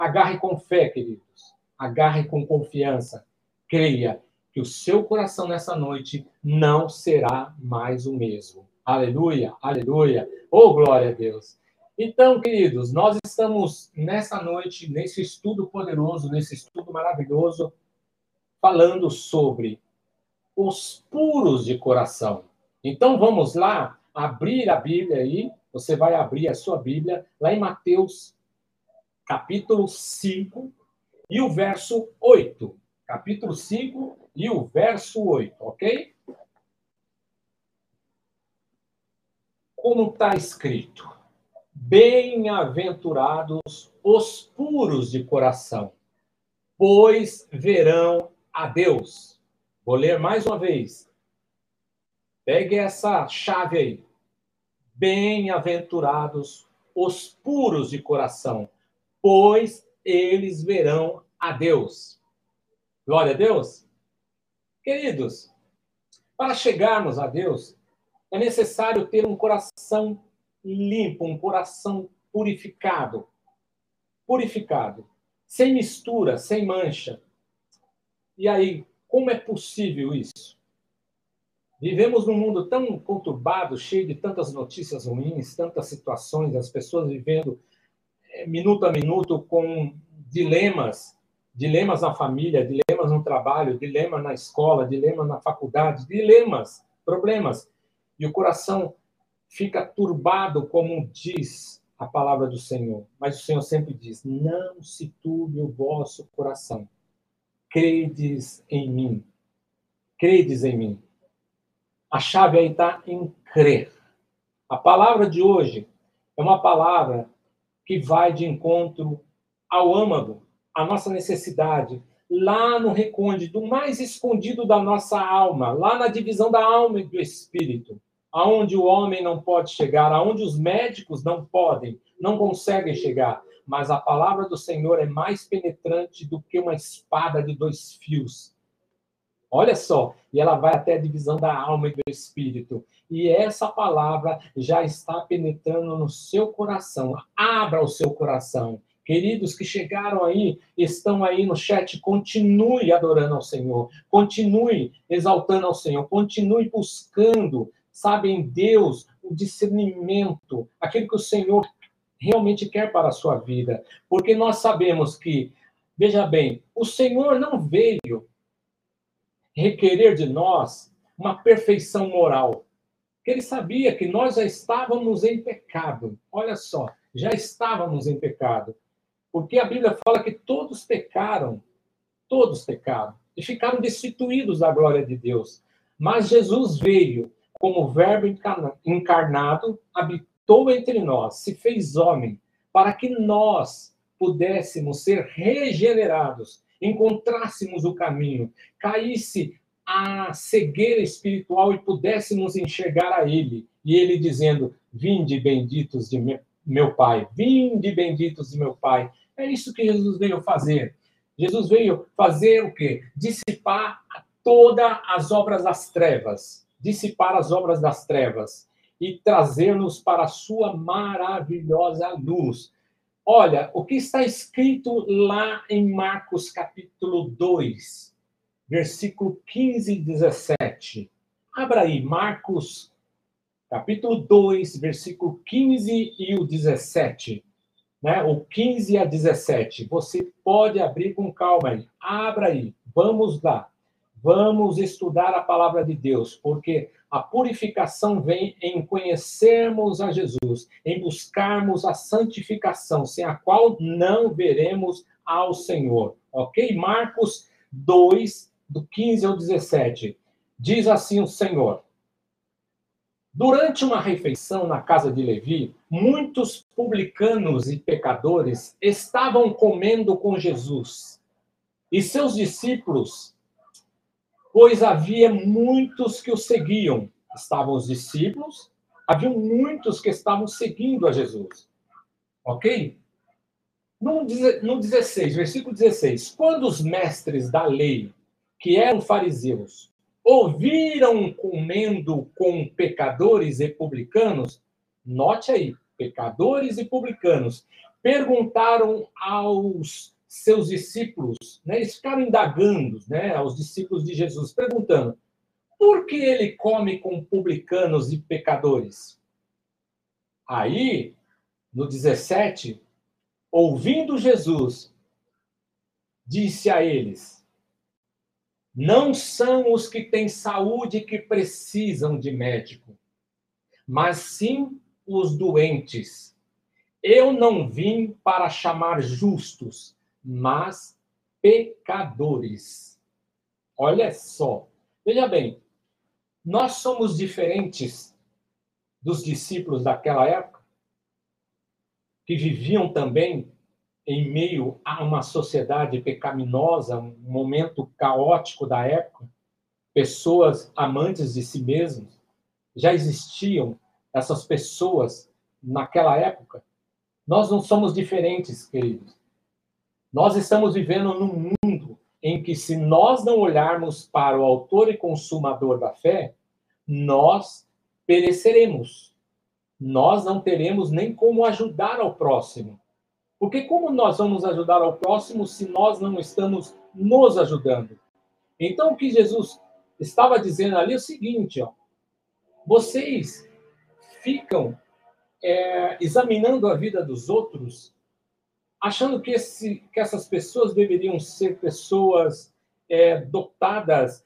Agarre com fé, queridos. Agarre com confiança. Creia que o seu coração nessa noite não será mais o mesmo. Aleluia, aleluia. Oh, glória a Deus. Então, queridos, nós estamos nessa noite, nesse estudo poderoso, nesse estudo maravilhoso, falando sobre os puros de coração. Então, vamos lá abrir a Bíblia aí. Você vai abrir a sua Bíblia lá em Mateus, capítulo 5 e o verso 8. Capítulo 5 e o verso 8, ok? Como está escrito: bem-aventurados os puros de coração, pois verão a Deus. Vou ler mais uma vez. Pegue essa chave aí. Bem-aventurados os puros de coração, pois eles verão a Deus. Glória a Deus. Queridos, para chegarmos a Deus, é necessário ter um coração limpo, um coração purificado. Purificado. Sem mistura, sem mancha. E aí, como é possível isso? Vivemos num mundo tão conturbado, cheio de tantas notícias ruins, tantas situações, as pessoas vivendo minuto a minuto com dilemas na família, dilemas no trabalho, dilema na escola, dilema na faculdade, dilemas, problemas. E o coração fica turbado, como diz a palavra do Senhor. Mas o Senhor sempre diz: não se turbe o vosso coração. Credes em mim. Credes em mim. A chave aí está em crer. A palavra de hoje é uma palavra que vai de encontro ao âmago, à nossa necessidade, lá no recôndito, mais escondido da nossa alma, lá na divisão da alma e do espírito, aonde o homem não pode chegar, aonde os médicos não podem, não conseguem chegar. Mas a palavra do Senhor é mais penetrante do que uma espada de 2 fios. Olha só, e ela vai até a divisão da alma e do espírito. E essa palavra já está penetrando no seu coração. Abra o seu coração. Queridos que chegaram aí, estão aí no chat, continue adorando ao Senhor. Continue exaltando ao Senhor. Continue buscando, sabe, em Deus, o discernimento, aquilo que o Senhor realmente quer para a sua vida. Porque nós sabemos que, veja bem, o Senhor não veio requerer de nós uma perfeição moral. Ele sabia que nós já estávamos em pecado. Olha só, já estávamos em pecado. Porque a Bíblia fala que todos pecaram, e ficaram destituídos da glória de Deus. Mas Jesus veio como verbo encarnado, habitou entre nós, se fez homem, para que nós pudéssemos ser regenerados, encontrássemos o caminho, caísse a cegueira espiritual e pudéssemos enxergar a Ele. E Ele dizendo: vinde benditos de meu Pai, vinde benditos de meu Pai. É isso que Jesus veio fazer. Jesus veio fazer o quê? Dissipar todas as obras das trevas. Dissipar as obras das trevas e trazer-nos para a sua maravilhosa luz. Olha, o que está escrito lá em Marcos capítulo 2, versículo 15 e 17. Abra aí, Marcos capítulo 2, versículo 15 e o 17. Né? O 15 a 17. Você pode abrir com calma aí. Abra aí. Vamos lá. Vamos estudar a palavra de Deus, porque a purificação vem em conhecermos a Jesus, em buscarmos a santificação, sem a qual não veremos ao Senhor. Ok? Marcos 2, do 15 ao 17. Diz assim o Senhor: durante uma refeição na casa de Levi, muitos publicanos e pecadores estavam comendo com Jesus e seus discípulos, pois havia muitos que o seguiam. Estavam os discípulos, havia muitos que estavam seguindo a Jesus. Ok? No 16, versículo 16. Quando os mestres da lei, que eram fariseus, ouviram comendo com pecadores e publicanos, note aí, pecadores e publicanos, perguntaram aos seus discípulos, né? Eles ficaram indagando, né, aos discípulos de Jesus, perguntando: por que ele come com publicanos e pecadores? Aí, no 17, ouvindo Jesus, disse a eles: não são os que têm saúde que precisam de médico, mas sim os doentes. Eu não vim para chamar justos, mas pecadores. Olha só. Veja bem, nós somos diferentes dos discípulos daquela época, que viviam também em meio a uma sociedade pecaminosa, um momento caótico da época, pessoas amantes de si mesmos. Já existiam essas pessoas naquela época. Nós não somos diferentes, queridos. Nós estamos vivendo num mundo em que, se nós não olharmos para o autor e consumador da fé, nós pereceremos. Nós não teremos nem como ajudar ao próximo. Porque como nós vamos ajudar ao próximo se nós não estamos nos ajudando? Então, o que Jesus estava dizendo ali é o seguinte, ó: vocês ficam examinando a vida dos outros, achando que essas pessoas deveriam ser pessoas dotadas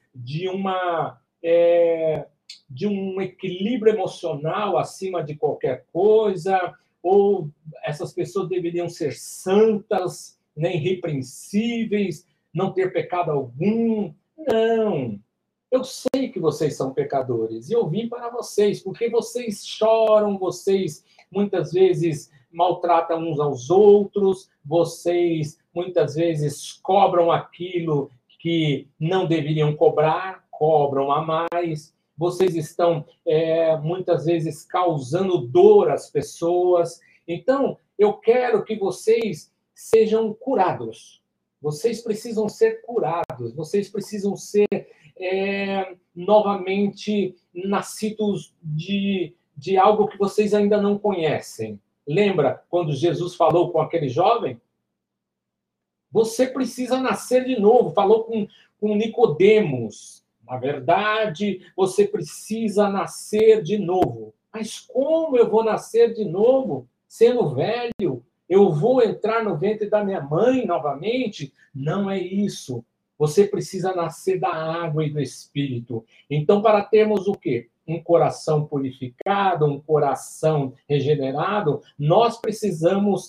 de um equilíbrio emocional acima de qualquer coisa, ou essas pessoas deveriam ser santas, nem irrepreensíveis, não ter pecado algum. Não. Eu sei que vocês são pecadores e eu vim para vocês, porque vocês choram, vocês muitas vezes maltratam uns aos outros, vocês muitas vezes cobram aquilo que não deveriam cobrar, cobram a mais, vocês estão muitas vezes causando dor às pessoas. Então, eu quero que vocês sejam curados. Vocês precisam ser curados, vocês precisam ser novamente nascidos de algo que vocês ainda não conhecem. Lembra quando Jesus falou com aquele jovem? Você precisa nascer de novo. Falou com Nicodemos. Na verdade, você precisa nascer de novo. Mas como eu vou nascer de novo, sendo velho? Eu vou entrar no ventre da minha mãe novamente? Não é isso. Você precisa nascer da água e do Espírito. Então, para termos o quê? Um coração purificado, um coração regenerado, nós precisamos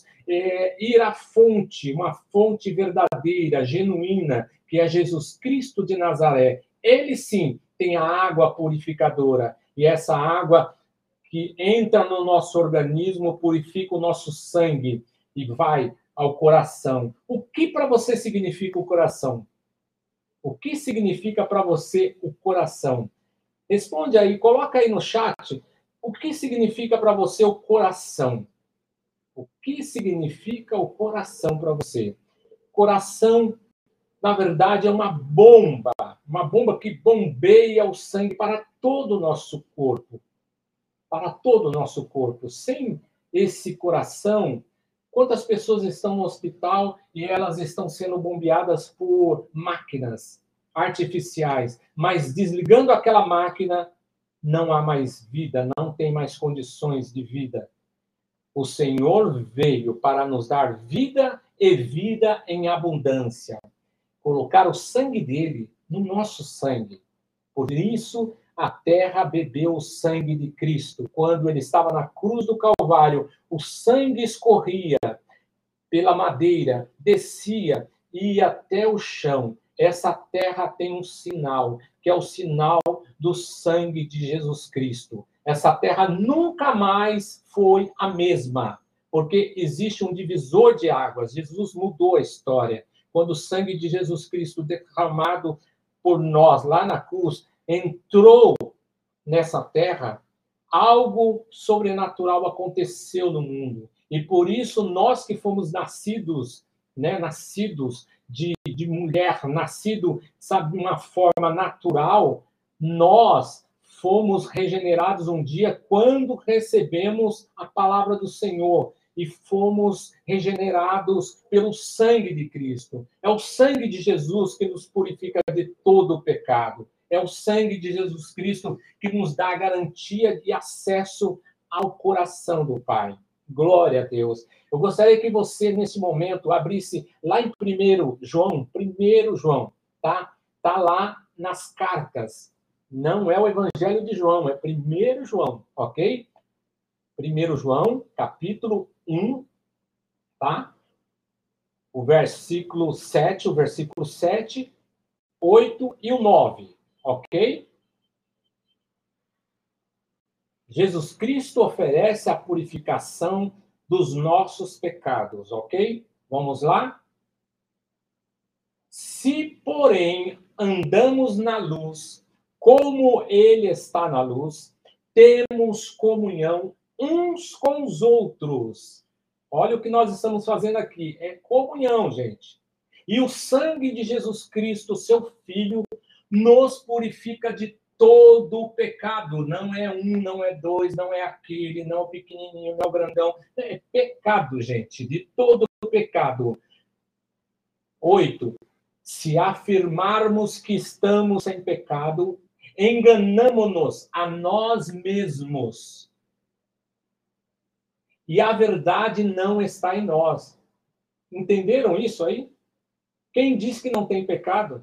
ir à fonte, uma fonte verdadeira, genuína, que é Jesus Cristo de Nazaré. Ele sim tem a água purificadora. E essa água que entra no nosso organismo purifica o nosso sangue e vai ao coração. O que para você significa o coração? O que significa para você o coração? Responde aí, coloca aí no chat o que significa para você o coração. O que significa o coração para você? Coração, na verdade, é uma bomba que bombeia o sangue para todo o nosso corpo. Para todo o nosso corpo. Sem esse coração, quantas pessoas estão no hospital e elas estão sendo bombeadas por máquinas artificiais, mas desligando aquela máquina, não há mais vida, não tem mais condições de vida. O Senhor veio para nos dar vida e vida em abundância. Colocar o sangue dele no nosso sangue. Por isso, a terra bebeu o sangue de Cristo. Quando ele estava na cruz do Calvário, o sangue escorria pela madeira, descia e ia até o chão. Essa terra tem um sinal, que é o sinal do sangue de Jesus Cristo. Essa terra nunca mais foi a mesma, porque existe um divisor de águas. Jesus mudou a história. Quando o sangue de Jesus Cristo derramado por nós lá na cruz entrou nessa terra, algo sobrenatural aconteceu no mundo. E por isso nós que fomos nascidos, né, nascidos de mulher, nascido, sabe, de uma forma natural, nós fomos regenerados um dia quando recebemos a palavra do Senhor. e fomos regenerados pelo sangue de Cristo. É o sangue de Jesus que nos purifica de todo o pecado. É o sangue de Jesus Cristo que nos dá a garantia de acesso ao coração do Pai. Glória a Deus. Eu gostaria que você, nesse momento, abrisse lá em 1 João, tá? Tá lá nas cartas. Não é o Evangelho de João, é 1 João, ok? 1 João, capítulo 1, tá? O versículo 7, 8 e o 9, ok? Jesus Cristo oferece a purificação dos nossos pecados, ok? Vamos lá? Se, porém, andamos na luz, como ele está na luz, temos comunhão uns com os outros. Olha o que nós estamos fazendo aqui. É comunhão, gente. E o sangue de Jesus Cristo, seu Filho, nos purifica de todo o pecado. Não é um, não é dois, não é aquele, não é o pequenininho, não é o grandão. É pecado, gente, de todo o pecado. 8. Se afirmarmos que estamos sem pecado, enganamo-nos a nós mesmos. E a verdade não está em nós. Entenderam isso aí? Quem diz que não tem pecado?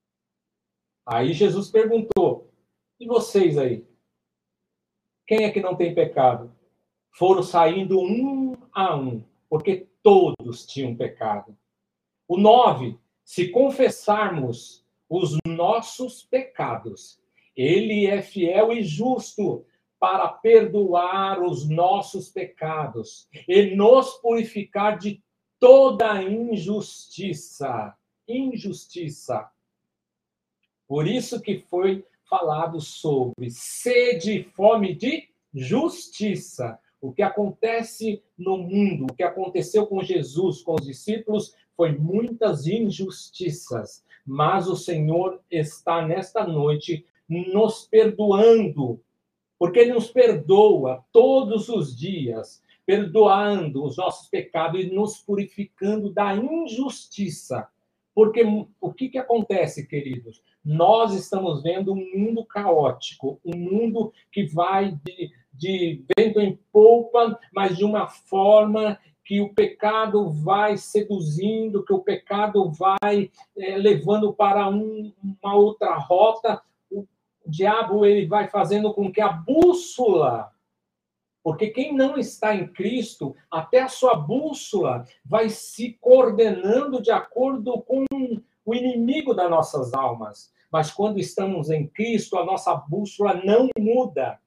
Aí Jesus perguntou: e vocês aí? Quem é que não tem pecado? Foram saindo um a um, porque todos tinham pecado. O 9. Se confessarmos os nossos pecados, ele é fiel e justo para perdoar os nossos pecados e nos purificar de toda injustiça. Injustiça. Por isso que foi falado sobre sede e fome de justiça. O que acontece no mundo, o que aconteceu com Jesus, com os discípulos, foi muitas injustiças. Mas o Senhor está nesta noite nos perdoando, porque Ele nos perdoa todos os dias, perdoando os nossos pecados e nos purificando da injustiça. Porque o que acontece, queridos? Nós estamos vendo um mundo caótico, um mundo que vai de vento em polpa, mas de uma forma que o pecado vai seduzindo, que o pecado vai levando para uma outra rota. O diabo ele vai fazendo com que a bússola, porque quem não está em Cristo, até a sua bússola vai se coordenando de acordo com o inimigo das nossas almas. Mas quando estamos em Cristo, a nossa bússola não muda.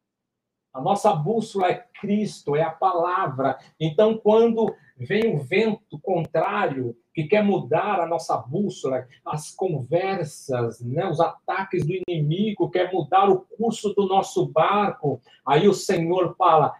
A nossa bússola é Cristo, é a palavra. Então, quando vem o vento contrário, que quer mudar a nossa bússola, as conversas, né, os ataques do inimigo, quer mudar o curso do nosso barco, aí o Senhor fala: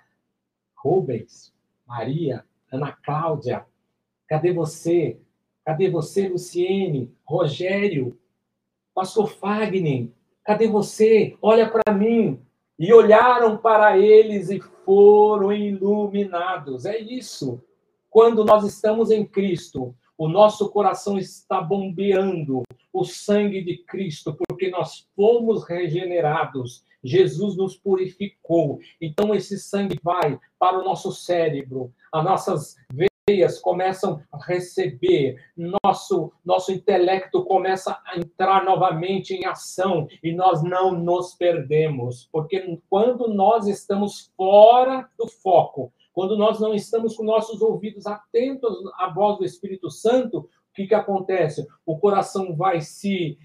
Rubens, Maria, Ana Cláudia, cadê você? Cadê você, Luciene, Rogério, Pastor Fagner? Cadê você? Olha para mim. E olharam para eles e foram iluminados. É isso. Quando nós estamos em Cristo, o nosso coração está bombeando o sangue de Cristo, porque nós fomos regenerados. Jesus nos purificou. Então, esse sangue vai para o nosso cérebro, as nossas veias começam a receber, nosso intelecto começa a entrar novamente em ação e nós não nos perdemos, porque quando nós estamos fora do foco, quando nós não estamos com nossos ouvidos atentos à voz do Espírito Santo, o que acontece? O coração vai se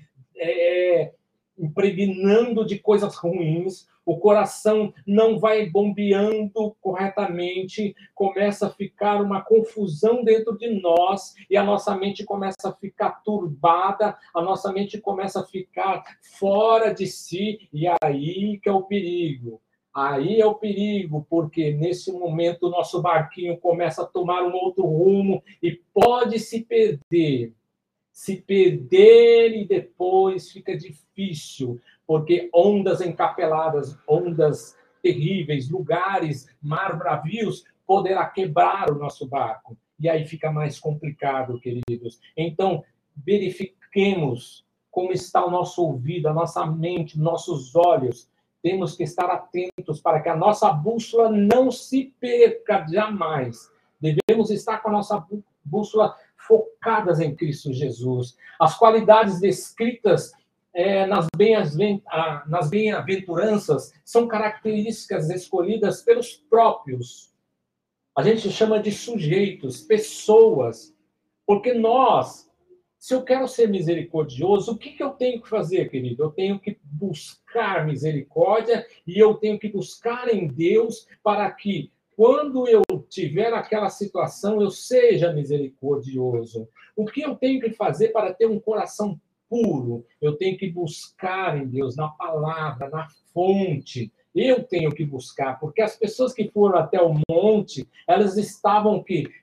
impregnando de coisas ruins, o coração não vai bombeando corretamente, começa a ficar uma confusão dentro de nós e a nossa mente começa a ficar turbada, a nossa mente começa a ficar fora de si, e aí que é o perigo. Aí é o perigo, porque nesse momento o nosso barquinho começa a tomar um outro rumo e pode se perder. Se perder e depois fica difícil, porque ondas encapeladas, ondas terríveis, lugares, mar bravios, poderá quebrar o nosso barco. E aí fica mais complicado, queridos. Então, verifiquemos como está o nosso ouvido, a nossa mente, nossos olhos. Temos que estar atentos para que a nossa bússola não se perca jamais. Devemos estar com a nossa bússola focadas em Cristo Jesus. As qualidades descritas nas bem-aventuranças são características escolhidas pelos próprios. A gente chama de sujeitos, pessoas, porque se eu quero ser misericordioso, o que eu tenho que fazer, querido? Eu tenho que buscar misericórdia e eu tenho que buscar em Deus para que, quando eu tiver aquela situação, eu seja misericordioso. O que eu tenho que fazer para ter um coração puro? Eu tenho que buscar em Deus, na palavra, na fonte. Eu tenho que buscar, porque as pessoas que foram até o monte, elas estavam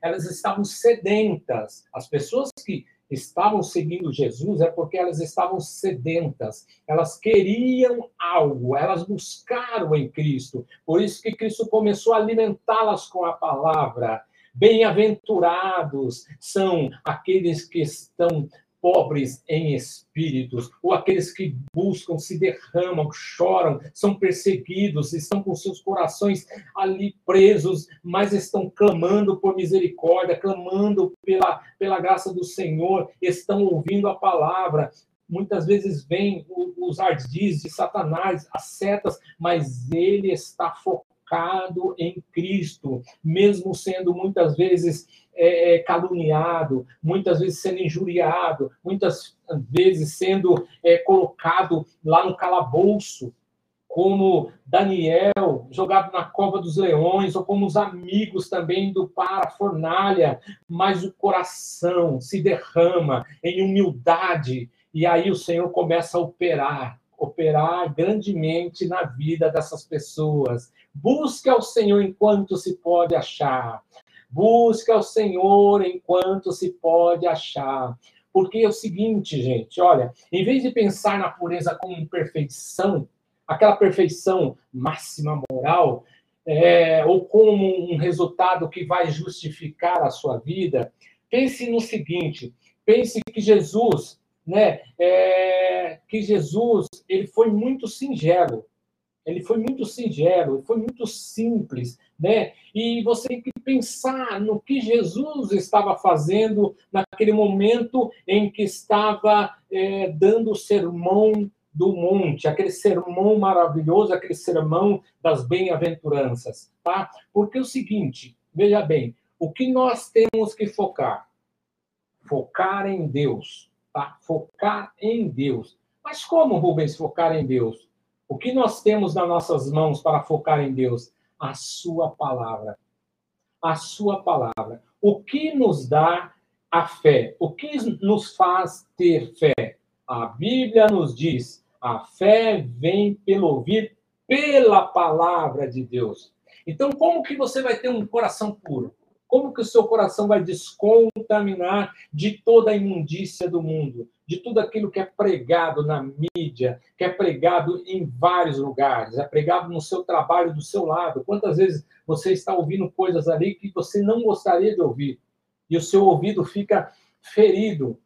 sedentas. As pessoas que estavam seguindo Jesus é porque elas estavam sedentas. Elas queriam algo, elas buscaram em Cristo. Por isso que Cristo começou a alimentá-las com a palavra. Bem-aventurados são aqueles que estão pobres em espíritos, ou aqueles que buscam, se derramam, choram, são perseguidos, estão com seus corações ali presos, mas estão clamando por misericórdia, clamando pela graça do Senhor, estão ouvindo a palavra. Muitas vezes vêm os ardis de Satanás, as setas, mas ele está focado em Cristo, mesmo sendo muitas vezes caluniado, muitas vezes sendo injuriado, muitas vezes sendo colocado lá no calabouço, como Daniel, jogado na cova dos leões, ou como os amigos também indo para a fornalha, mas o coração se derrama em humildade, e aí o Senhor começa a operar grandemente na vida dessas pessoas. Busque ao Senhor enquanto se pode achar. Busque ao Senhor enquanto se pode achar. Porque é o seguinte, gente, olha, em vez de pensar na pureza como perfeição, aquela perfeição máxima moral, ou como um resultado que vai justificar a sua vida, pense no seguinte, pense que Jesus, ele foi muito singelo. Ele foi muito singelo, foi muito simples, né? E você tem que pensar no que Jesus estava fazendo naquele momento em que estava dando o sermão do monte, aquele sermão maravilhoso, aquele sermão das bem-aventuranças, tá? Porque é o seguinte, veja bem, o que nós temos que focar? Focar em Deus, tá? Focar em Deus. Mas como, Rubens, focar em Deus? O que nós temos nas nossas mãos para focar em Deus? A sua palavra. A sua palavra. O que nos dá a fé? O que nos faz ter fé? A Bíblia nos diz, a fé vem pelo ouvir pela palavra de Deus. Então, como que você vai ter um coração puro? Como que o seu coração vai descontaminar de toda a imundícia do mundo, de tudo aquilo que é pregado na mídia, que é pregado em vários lugares, é pregado no seu trabalho, do seu lado? Quantas vezes você está ouvindo coisas ali que você não gostaria de ouvir? E o seu ouvido fica ferido.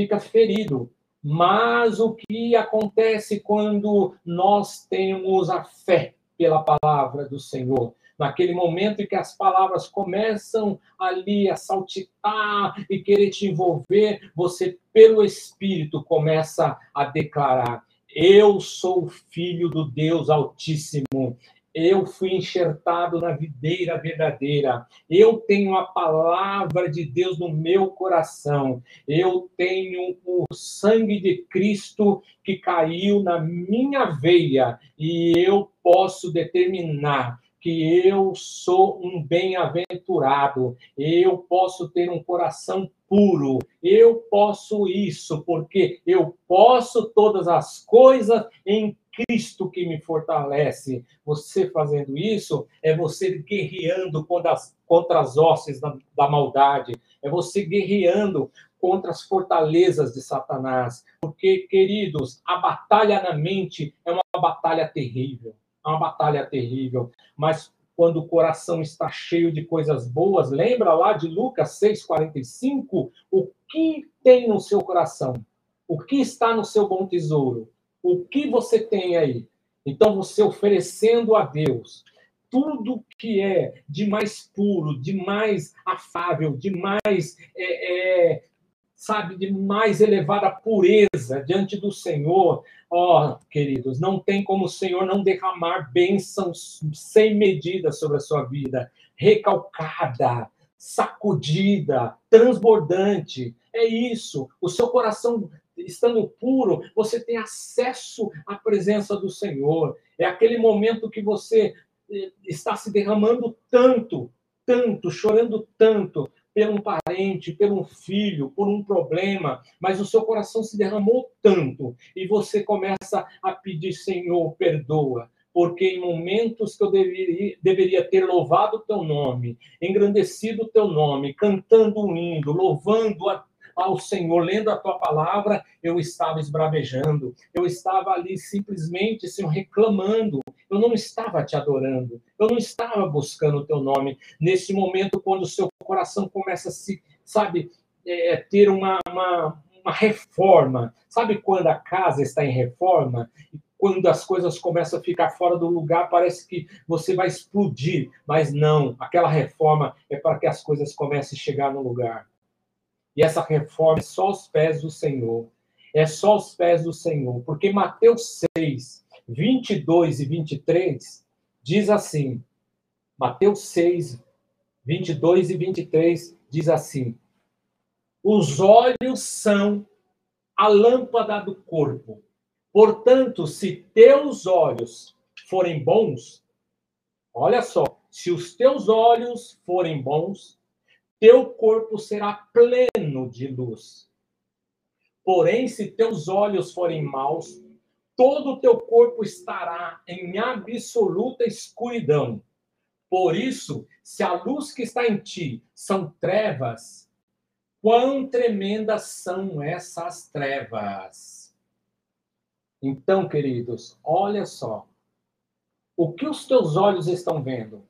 Mas o que acontece quando nós temos a fé pela palavra do Senhor? Naquele momento em que as palavras começam ali a saltitar e querer te envolver, você, pelo Espírito, começa a declarar: eu sou filho do Deus Altíssimo. Eu fui enxertado na videira verdadeira. Eu tenho a palavra de Deus no meu coração. Eu tenho o sangue de Cristo que caiu na minha veia. E eu posso determinar que eu sou um bem-aventurado, eu posso ter um coração puro, eu posso isso, porque eu posso todas as coisas em Cristo que me fortalece. Você fazendo isso, é você guerreando contra as hostes da maldade, é você guerreando contra as fortalezas de Satanás. Porque, queridos, a batalha na mente é uma batalha terrível. É uma batalha terrível. Mas quando o coração está cheio de coisas boas. Lembra lá de Lucas 6,45? O que tem no seu coração? O que está no seu bom tesouro? O que você tem aí? Então, você oferecendo a Deus tudo que é de mais puro, de mais afável, de mais, sabe, de mais elevada pureza diante do Senhor. Ó, queridos, não tem como o Senhor não derramar bênçãos sem medida sobre a sua vida, recalcada, sacudida, transbordante. É isso. O seu coração estando puro, você tem acesso à presença do Senhor. É aquele momento que você está se derramando tanto, tanto, chorando tanto, por um parente, por um filho, por um problema, mas o seu coração se derramou tanto e você começa a pedir, Senhor, perdoa, porque em momentos que eu deveria ter louvado o teu nome, engrandecido o teu nome, cantando um hino, louvando ao Senhor, lendo a tua palavra, eu estava esbravejando, eu estava ali simplesmente, Senhor, reclamando, eu não estava te adorando, eu não estava buscando o teu nome. Nesse momento, quando o seu coração começa a se, sabe, ter uma reforma. Sabe quando a casa está em reforma? Quando as coisas começam a ficar fora do lugar, parece que você vai explodir. Mas não, aquela reforma é para que as coisas comecem a chegar no lugar. E essa reforma é só aos pés do Senhor. É só aos pés do Senhor. Porque Mateus 6, 22 e 23 diz assim, Mateus 6, 22 e 23 diz assim, os olhos são a lâmpada do corpo. Portanto, se teus olhos forem bons, olha só, se os teus olhos forem bons, teu corpo será pleno de luz. Porém, se teus olhos forem maus, todo o teu corpo estará em absoluta escuridão. Por isso, se a luz que está em ti são trevas, quão tremendas são essas trevas. Então, queridos, olha só. O que os teus olhos estão vendo?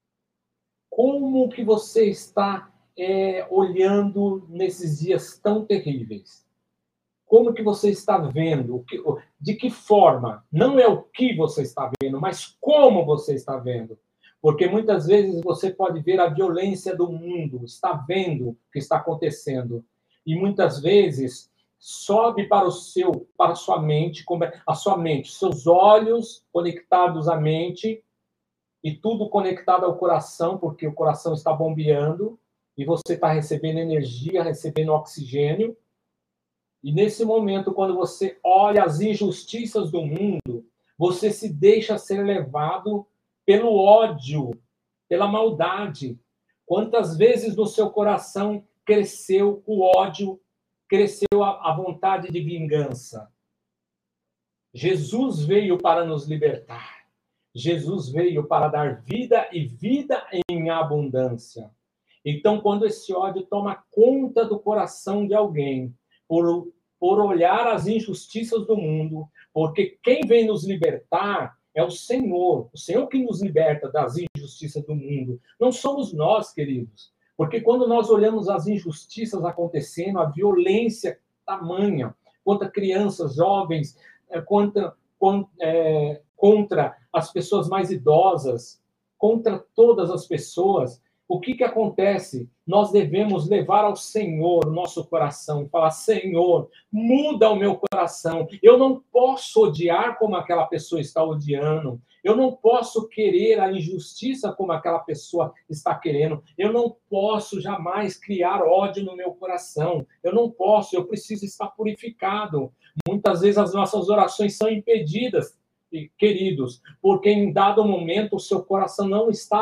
Como que você está olhando nesses dias tão terríveis? Como que você está vendo? De que forma? Não é o que você está vendo, mas como você está vendo. Porque muitas vezes você pode ver a violência do mundo, está vendo o que está acontecendo. E muitas vezes sobe para a sua mente, seus olhos conectados à mente e tudo conectado ao coração, porque o coração está bombeando e você está recebendo energia, recebendo oxigênio. E nesse momento, quando você olha as injustiças do mundo, você se deixa ser levado pelo ódio, pela maldade. Quantas vezes no seu coração cresceu o ódio, cresceu a vontade de vingança? Jesus veio para nos libertar. Jesus veio para dar vida e vida em abundância. Então, quando esse ódio toma conta do coração de alguém, por olhar as injustiças do mundo, porque quem vem nos libertar é o Senhor que nos liberta das injustiças do mundo. Não somos nós, queridos. Porque quando nós olhamos as injustiças acontecendo, a violência tamanha contra crianças, jovens, contra as pessoas mais idosas, contra todas as pessoas, o que acontece? Nós devemos levar ao Senhor o nosso coração, falar, Senhor, muda o meu coração. Eu não posso odiar como aquela pessoa está odiando. Eu não posso querer a injustiça como aquela pessoa está querendo. Eu não posso jamais criar ódio no meu coração. Eu preciso estar purificado. Muitas vezes as nossas orações são impedidas, queridos, porque em dado momento o seu coração não está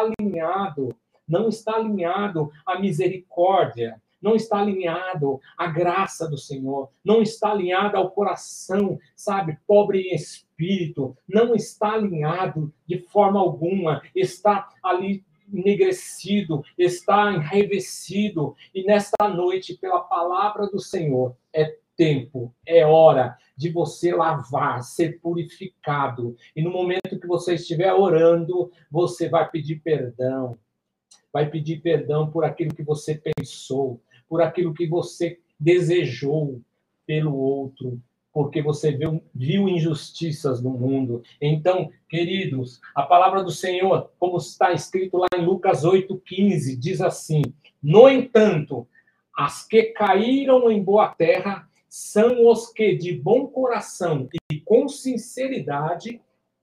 alinhado à misericórdia, não está alinhado à graça do Senhor, não está alinhado ao coração, sabe, pobre em espírito, não está alinhado de forma alguma, está ali enegrecido, está enraivecido, e nesta noite, pela palavra do Senhor, é tempo, é hora de você lavar, ser purificado. E no momento que você estiver orando, você vai pedir perdão. Vai pedir perdão por aquilo que você pensou, por aquilo que você desejou pelo outro, porque você viu injustiças no mundo. Então, queridos, a palavra do Senhor, como está escrito lá em Lucas 8,15, diz assim: no entanto, as que caíram em boa terra são os que, de bom coração e com sinceridade,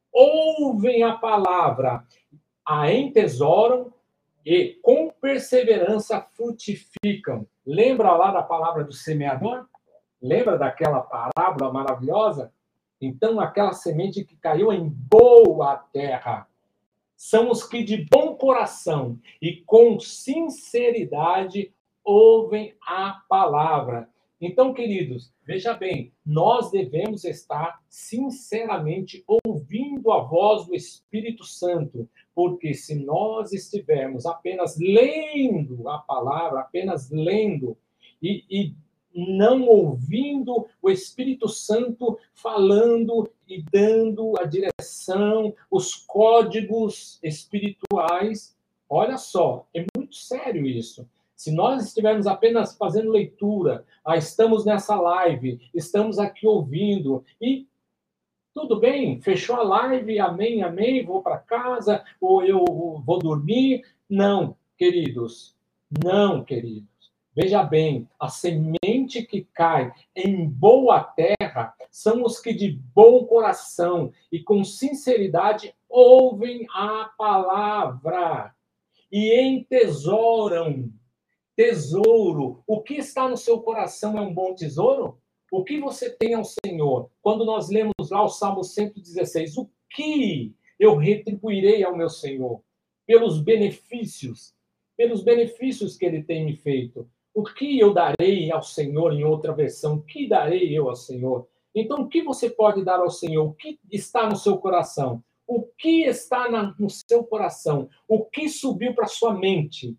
ouvem a palavra, a entesouram e com perseverança frutificam. Lembra lá da palavra do semeador? Lembra daquela parábola maravilhosa? Então, aquela semente que caiu em boa terra são os que de bom coração e com sinceridade ouvem a palavra. Então, queridos, veja bem, nós devemos estar sinceramente ouvindo a voz do Espírito Santo, porque se nós estivermos apenas lendo a palavra, apenas lendo e não ouvindo o Espírito Santo falando e dando a direção, os códigos espirituais. Olha só, é muito sério isso. Se nós estivermos apenas fazendo leitura, estamos nessa live, estamos aqui ouvindo e tudo bem, fechou a live, amém, amém, vou para casa, ou eu vou dormir. Não, queridos, não, queridos. Veja bem, a semente que cai em boa terra são os que de bom coração e com sinceridade ouvem a palavra e entesouram. Tesouro. O que está no seu coração é um bom tesouro? O que você tem ao Senhor? Quando nós lemos lá o Salmo 116, o que eu retribuirei ao meu Senhor? Pelos benefícios que ele tem me feito. O que eu darei ao Senhor, em outra versão? O que darei eu ao Senhor? Então, o que você pode dar ao Senhor? O que está no seu coração? O que está no seu coração? O que subiu para sua mente?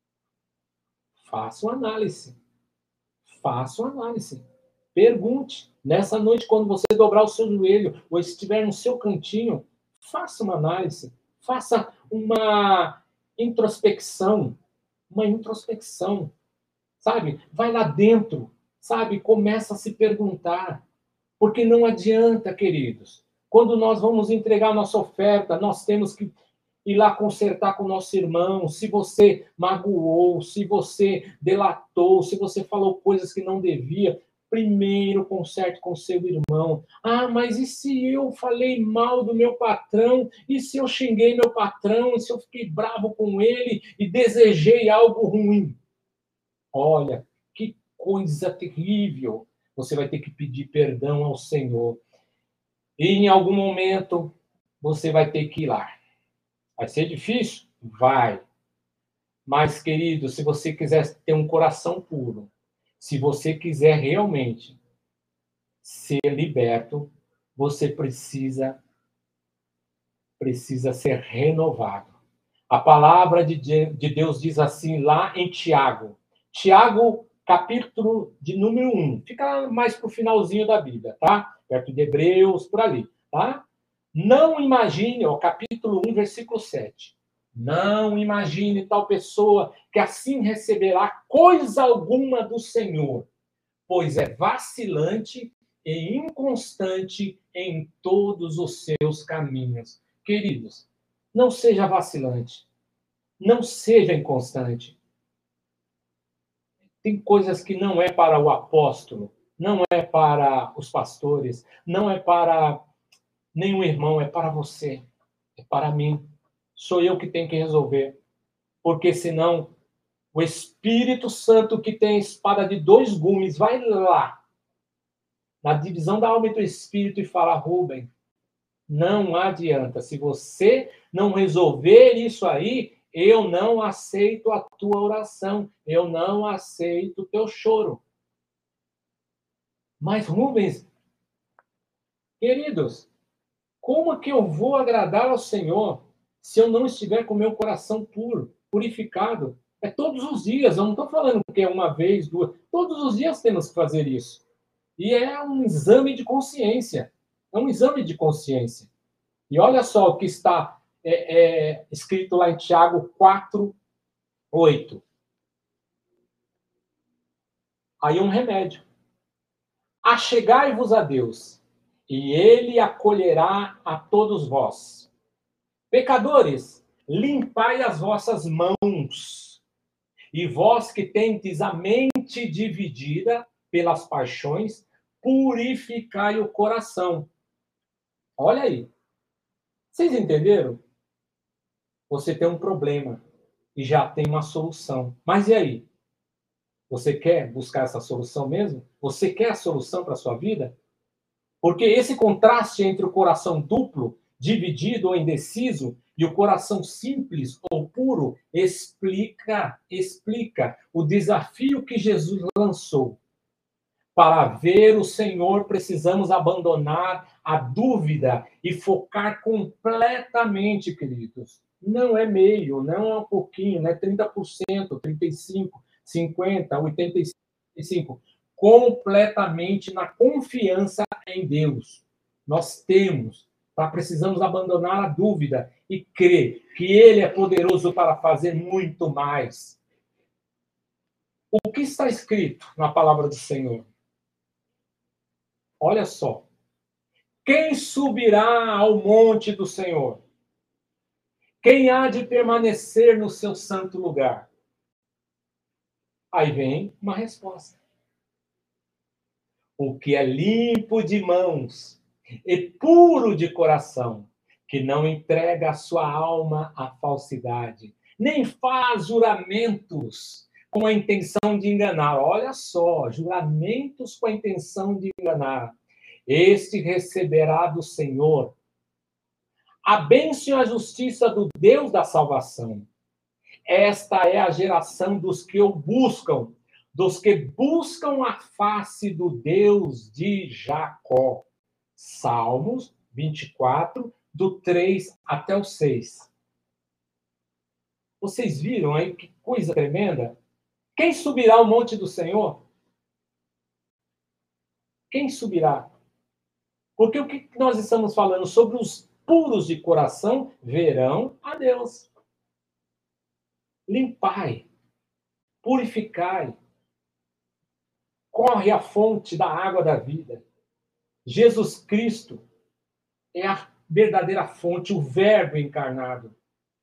Faça uma análise. Faça uma análise. Pergunte. Nessa noite, quando você dobrar o seu joelho ou estiver no seu cantinho, faça uma análise. Faça uma introspecção. Uma introspecção. Sabe? Vai lá dentro. Sabe? Começa a se perguntar. Porque não adianta, queridos. Quando nós vamos entregar nossa oferta, nós temos que ir lá consertar com o nosso irmão, se você magoou, se você delatou, se você falou coisas que não devia, primeiro conserte com seu irmão. Ah, mas e se eu falei mal do meu patrão? E se eu xinguei meu patrão? E se eu fiquei bravo com ele e desejei algo ruim? Olha, que coisa terrível. Você vai ter que pedir perdão ao Senhor. E em algum momento você vai ter que ir lá. Vai ser difícil? Vai. Mas, querido, se você quiser ter um coração puro, se você quiser realmente ser liberto, você precisa ser renovado. A palavra de Deus diz assim lá em Tiago. Tiago, capítulo de número 1. Fica mais para o finalzinho da Bíblia, tá? Perto de Hebreus, por ali, tá? Não imagine, ó, capítulo 1, versículo 7. Não imagine tal pessoa que assim receberá coisa alguma do Senhor, pois é vacilante e inconstante em todos os seus caminhos. Queridos, não seja vacilante, não seja inconstante. Tem coisas que não é para o apóstolo, não é para os pastores, não é para nenhum irmão, é para você, é para mim. Sou eu que tenho que resolver. Porque senão o Espírito Santo, que tem a espada de dois gumes, vai lá na divisão da alma e do espírito e fala: Rubem, não adianta. Se você não resolver isso aí, eu não aceito a tua oração, eu não aceito o teu choro. Mas, Rubens, queridos, como que eu vou agradar ao Senhor se eu não estiver com o meu coração puro, purificado? É todos os dias, eu não estou falando que é uma vez, duas. Todos os dias temos que fazer isso. E é um exame de consciência. É um exame de consciência. E olha só o que está escrito lá em Tiago 4:8. Aí um remédio. Achegai-vos a Deus, e ele acolherá a todos vós. Pecadores, limpai as vossas mãos, e vós que tendes a mente dividida pelas paixões, purificai o coração. Olha aí. Vocês entenderam? Você tem um problema e já tem uma solução. Mas e aí? Você quer buscar essa solução mesmo? Você quer a solução para a sua vida? Porque esse contraste entre o coração duplo, dividido ou indeciso, e o coração simples ou puro explica o desafio que Jesus lançou. Para ver o Senhor, precisamos abandonar a dúvida e focar completamente, queridos. Não é meio, não é um pouquinho, não é 30%, 35%, 50%, 85%. Completamente na confiança em Deus. Nós precisamos abandonar a dúvida e crer que Ele é poderoso para fazer muito mais. O que está escrito na palavra do Senhor? Olha só. Quem subirá ao monte do Senhor? Quem há de permanecer no seu santo lugar? Aí vem uma resposta. O que é limpo de mãos e puro de coração, que não entrega a sua alma à falsidade, nem faz juramentos com a intenção de enganar. Olha só, juramentos com a intenção de enganar. Este receberá do Senhor a bênção e a justiça do Deus da salvação. Esta é a geração dos que o buscam, dos que buscam a face do Deus de Jacó. Salmos 24, do 3 até o 6. Vocês viram aí que coisa tremenda? Quem subirá ao monte do Senhor? Quem subirá? Porque o que nós estamos falando sobre os puros de coração verão a Deus. Limpai, purificai, corre a fonte da água da vida. Jesus Cristo é a verdadeira fonte, o Verbo encarnado.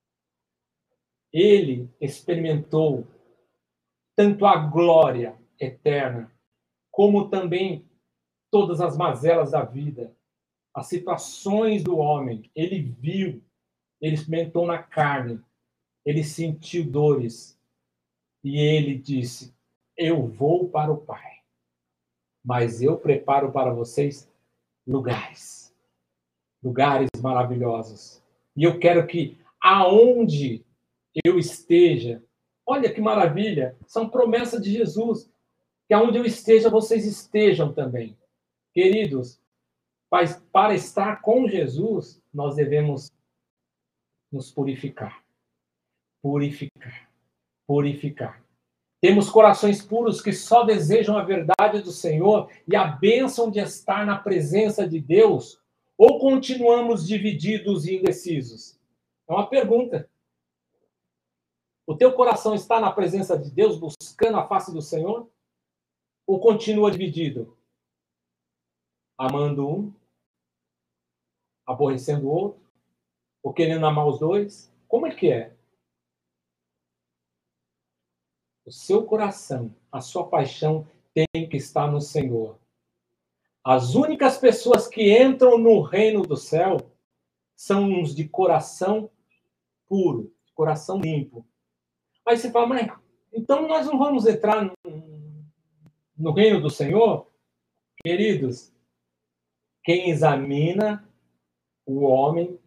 Ele experimentou tanto a glória eterna, como também todas as mazelas da vida, as situações do homem. Ele viu, ele experimentou na carne, ele sentiu dores. E ele disse: eu vou para o Pai, mas eu preparo para vocês lugares maravilhosos. E eu quero que aonde eu esteja, olha que maravilha, são promessas de Jesus, que aonde eu esteja, vocês estejam também. Queridos, para estar com Jesus, nós devemos nos purificar. Purificar. Purificar. Temos corações puros que só desejam a verdade do Senhor e a bênção de estar na presença de Deus, ou continuamos divididos e indecisos? É uma pergunta. O teu coração está na presença de Deus, buscando a face do Senhor? Ou continua dividido? Amando um, aborrecendo o outro, ou querendo amar os dois? Como é que é? O seu coração, a sua paixão tem que estar no Senhor. As únicas pessoas que entram no reino do céu são os de coração puro, coração limpo. Aí você fala, mas então nós não vamos entrar no reino do Senhor? Queridos, quem examina o homem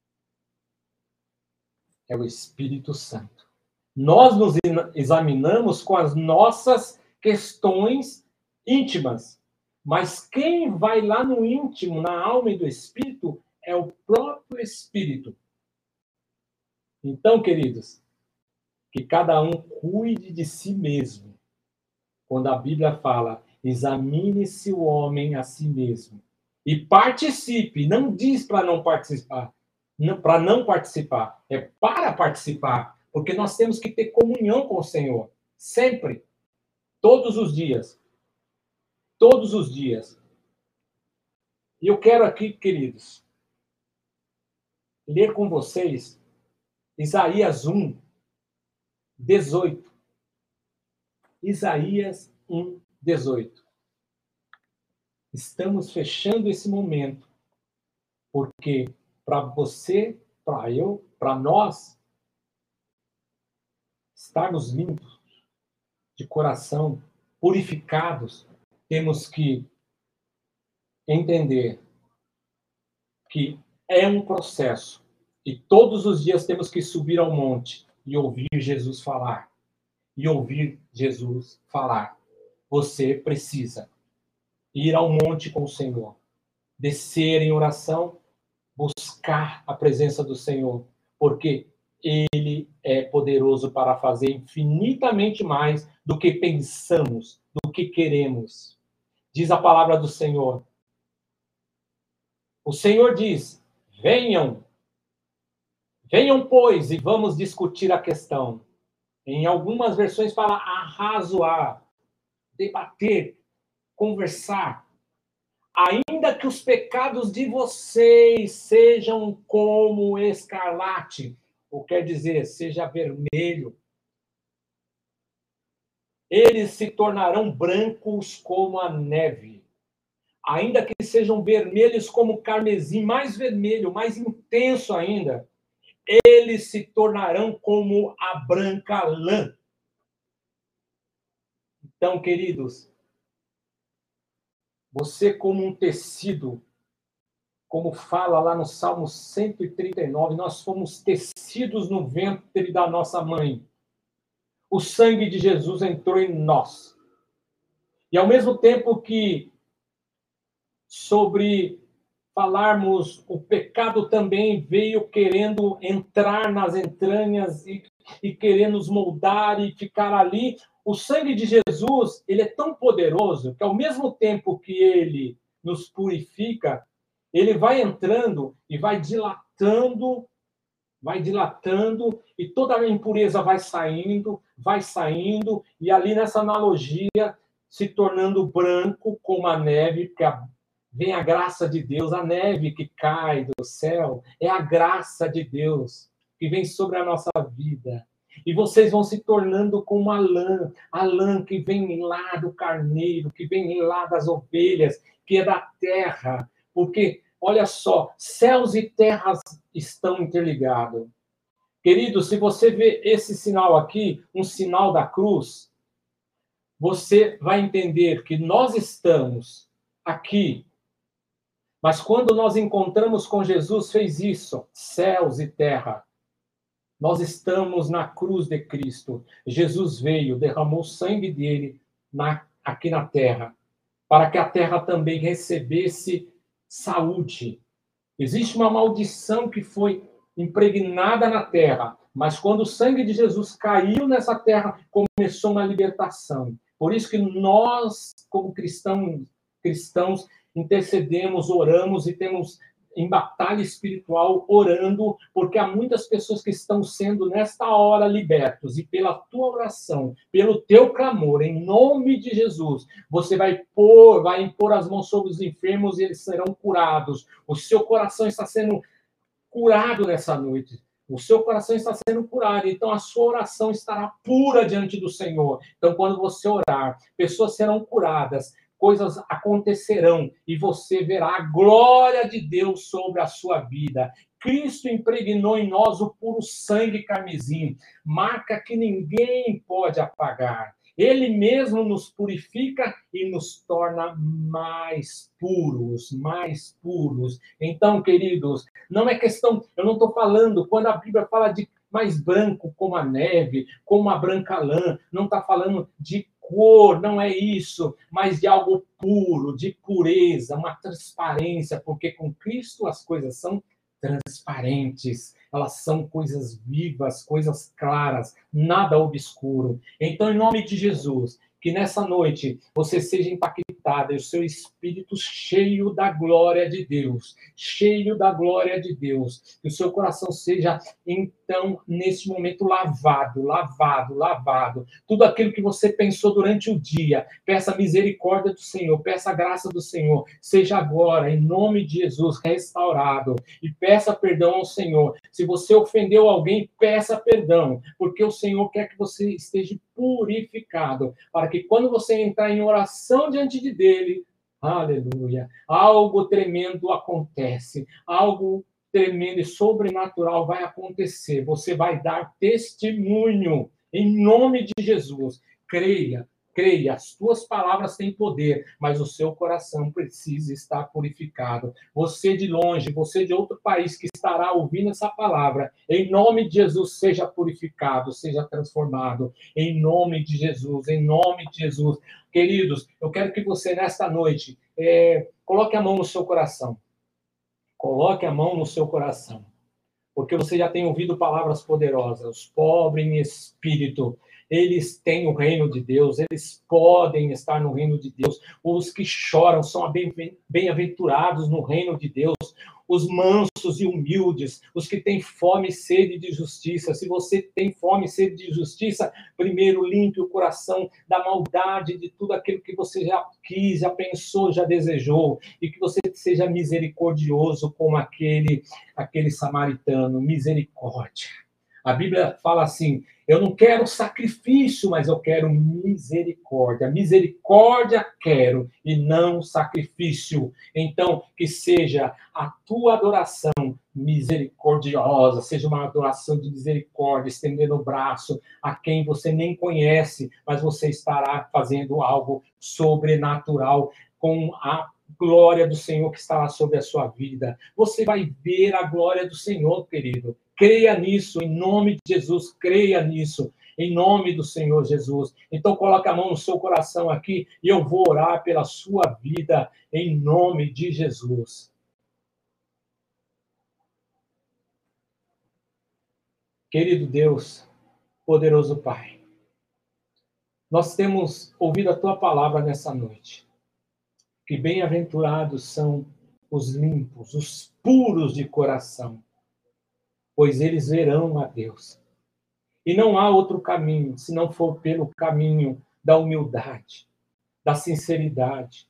é o Espírito Santo. Nós nos examinamos com as nossas questões íntimas, mas quem vai lá no íntimo, na alma e do Espírito, é o próprio Espírito. Então, queridos, que cada um cuide de si mesmo. Quando a Bíblia fala Examine-se o homem a si mesmo. E participe. Não diz para não participar. Para não participar. É para participar. Porque nós temos que ter comunhão com o Senhor. Sempre. Todos os dias. Todos os dias. E eu quero aqui, queridos, ler com vocês Isaías 1, 18. Isaías 1, 18. Estamos fechando esse momento, porque para você, para eu, para nós, estarmos limpos de coração, purificados, temos que entender que é um processo e todos os dias temos que subir ao monte e ouvir Jesus falar. E ouvir Jesus falar. Você precisa ir ao monte com o Senhor, descer em oração, buscar a presença do Senhor, porque Ele é poderoso para fazer infinitamente mais do que pensamos, do que queremos. Diz a palavra do Senhor. O Senhor diz: venham, pois, e vamos discutir a questão. Em algumas versões fala arrazoar, debater, conversar. Ainda que os pecados de vocês sejam como escarlate, ou quer dizer, seja vermelho, eles se tornarão brancos como a neve. Ainda que sejam vermelhos como carmesim, mais vermelho, mais intenso ainda, eles se tornarão como a branca lã. Então, queridos, você como um tecido, como fala lá no Salmo 139, nós fomos tecidos no ventre da nossa mãe. O sangue de Jesus entrou em nós. E ao mesmo tempo que sobre falarmos, o pecado também veio querendo entrar nas entranhas e querer nos moldar e ficar ali. O sangue de Jesus, ele é tão poderoso que ao mesmo tempo que ele nos purifica, ele vai entrando e vai dilatando, e toda a impureza vai saindo, e ali nessa analogia, se tornando branco como a neve, porque vem a graça de Deus, a neve que cai do céu, é a graça de Deus que vem sobre a nossa vida. E vocês vão se tornando como a lã que vem lá do carneiro, que vem lá das ovelhas, que é da terra. Porque, olha só, céus e terras estão interligados. Querido, se você vê esse sinal aqui, um sinal da cruz, você vai entender que nós estamos aqui. Mas quando nós encontramos com Jesus, fez isso, céus e terra. Nós estamos na cruz de Cristo. Jesus veio, derramou o sangue dele aqui na terra, para que a terra também recebesse saúde. Existe uma maldição que foi impregnada na terra, mas quando o sangue de Jesus caiu nessa terra, começou uma libertação. Por isso que nós, como cristãos, intercedemos, oramos e temos em batalha espiritual orando, porque há muitas pessoas que estão sendo nesta hora libertos, e pela tua oração, pelo teu clamor, em nome de Jesus, você vai impor as mãos sobre os enfermos e eles serão curados. O seu coração está sendo curado nessa noite. O seu coração está sendo curado, então a sua oração estará pura diante do Senhor. Então, quando você orar, pessoas serão curadas, coisas acontecerão e você verá a glória de Deus sobre a sua vida. Cristo impregnou em nós o puro sangue carmesim, marca que ninguém pode apagar. Ele mesmo nos purifica e nos torna mais puros, mais puros. Então, queridos, não é questão, eu não estou falando, quando a Bíblia fala de mais branco como a neve, como a branca lã, não está falando de cor, não é isso, mas de algo puro, de pureza, uma transparência, porque com Cristo as coisas são transparentes, elas são coisas vivas, coisas claras, nada obscuro. Então, em nome de Jesus, que nessa noite você seja impactada e o seu espírito cheio da glória de Deus, cheio da glória de Deus, que o seu coração seja, então, nesse momento, lavado, lavado, lavado. Tudo aquilo que você pensou durante o dia, peça a misericórdia do Senhor, peça a graça do Senhor, seja agora, em nome de Jesus, restaurado, e peça perdão ao Senhor. Se você ofendeu alguém, peça perdão, porque o Senhor quer que você esteja purificado, para que quando você entrar em oração diante dele, aleluia, algo tremendo acontece, algo tremendo e sobrenatural vai acontecer. Você vai dar testemunho em nome de Jesus. Creia, creia, as tuas palavras têm poder, mas o seu coração precisa estar purificado. Você de longe, você de outro país que estará ouvindo essa palavra, em nome de Jesus, seja purificado, seja transformado, em nome de Jesus, em nome de Jesus. Queridos, eu quero que você, nesta noite, coloque a mão no seu coração. Coloque a mão no seu coração, porque você já tem ouvido palavras poderosas. Os pobres em espírito, eles têm o reino de Deus, eles podem estar no reino de Deus. Os que choram são bem-aventurados no reino de Deus. Os mansos e humildes, os que têm fome e sede de justiça. Se você tem fome e sede de justiça, primeiro limpe o coração da maldade, de tudo aquilo que você já quis, já pensou, já desejou, e que você seja misericordioso como aquele samaritano. Misericórdia. A Bíblia fala assim: eu não quero sacrifício, mas eu quero misericórdia. Misericórdia quero e não sacrifício. Então, que seja a tua adoração misericordiosa, seja uma adoração de misericórdia, estendendo o braço a quem você nem conhece, mas você estará fazendo algo sobrenatural com a glória do Senhor que estará sobre a sua vida. Você vai ver a glória do Senhor, querido. Creia nisso, em nome de Jesus, creia nisso, em nome do Senhor Jesus. Então, coloque a mão no seu coração aqui e eu vou orar pela sua vida, em nome de Jesus. Querido Deus, poderoso Pai, nós temos ouvido a tua palavra nessa noite, que bem-aventurados são os limpos, os puros de coração, pois eles verão a Deus. E não há outro caminho, se não for pelo caminho da humildade, da sinceridade,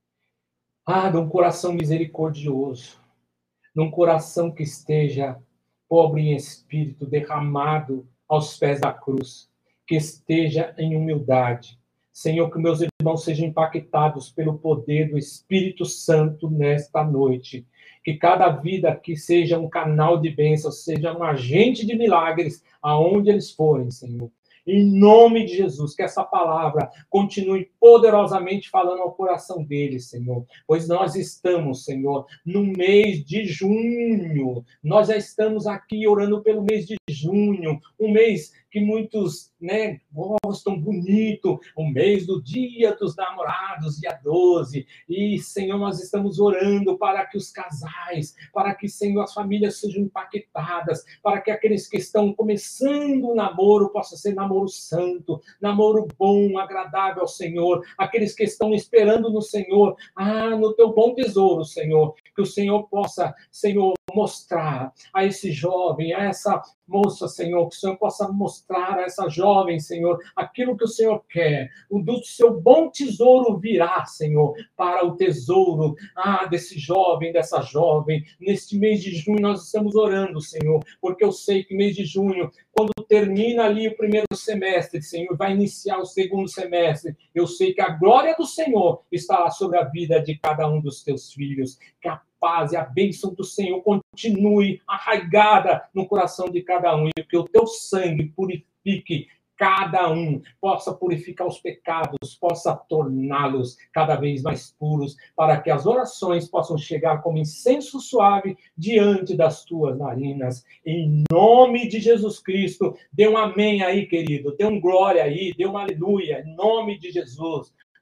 de um coração misericordioso, num coração que esteja pobre em espírito, derramado aos pés da cruz, que esteja em humildade. Senhor, que meus irmãos sejam impactados pelo poder do Espírito Santo nesta noite. Que cada vida aqui seja um canal de bênçãos, seja um agente de milagres aonde eles forem, Senhor. Em nome de Jesus, que essa palavra continue poderosamente falando ao coração deles, Senhor. Pois nós estamos, Senhor, no mês de junho. Nós já estamos aqui orando pelo mês de junho, um mês que muitos, gostam bonito, o mês do Dia dos Namorados, dia 12. E, Senhor, nós estamos orando para que os casais, para que, Senhor, as famílias sejam impactadas, para que aqueles que estão começando o namoro possa ser namoro santo, namoro bom, agradável ao Senhor, aqueles que estão esperando no Senhor, no teu bom tesouro, Senhor, que o Senhor possa, Senhor, mostrar a esse jovem, a essa moça, Senhor, que o Senhor possa mostrar a essa jovem, Senhor, aquilo que o Senhor quer. O do seu bom tesouro virá, Senhor, para o tesouro desse jovem, dessa jovem. Neste mês de junho nós estamos orando, Senhor, porque eu sei que mês de junho, quando termina ali o primeiro semestre, Senhor, vai iniciar o segundo semestre, eu sei que a glória do Senhor está sobre a vida de cada um dos teus filhos, que a paz e a bênção do Senhor continue arraigada no coração de cada um, e que o teu sangue purifique cada um, possa purificar os pecados, possa torná-los cada vez mais puros, para que as orações possam chegar como incenso suave diante das tuas narinas. Em nome de Jesus Cristo, dê um amém aí, querido, dê um glória aí, dê um aleluia, em nome de Jesus.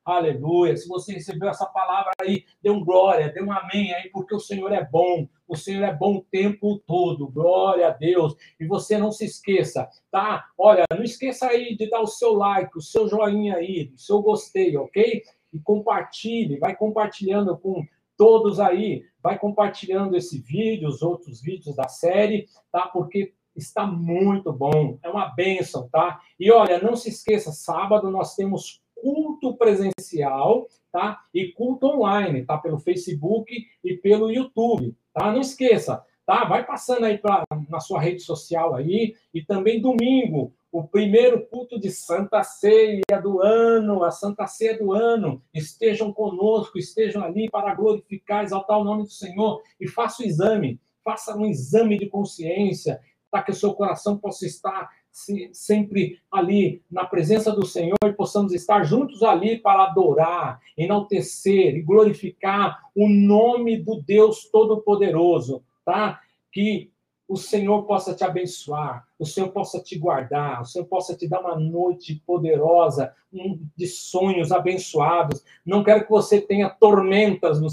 Aleluia. Se você recebeu essa palavra aí, dê um glória, dê um amém aí, porque o Senhor é bom. O Senhor é bom o tempo todo. Glória a Deus. E você não se esqueça, tá? Olha, não esqueça aí de dar o seu like, o seu joinha aí, o seu gostei, ok? E compartilhe, vai compartilhando com todos aí, vai compartilhando esse vídeo, os outros vídeos da série, tá? Porque está muito bom, é uma bênção, tá? E olha, não se esqueça, sábado nós temos culto presencial, tá? E culto online, tá? Pelo Facebook e pelo YouTube, tá? Não esqueça, tá? Vai passando aí na sua rede social aí, e também domingo, o primeiro culto de Santa Ceia do ano, a Santa Ceia do ano. Estejam conosco, estejam ali para glorificar, exaltar o nome do Senhor e faça o exame, faça um exame de consciência, para que o seu coração possa estar sempre ali na presença do Senhor e possamos estar juntos ali para adorar, enaltecer e glorificar o nome do Deus Todo-Poderoso, tá? Que o Senhor possa te abençoar, o Senhor possa te guardar, o Senhor possa te dar uma noite poderosa, de sonhos abençoados. Não quero que você tenha tormentas no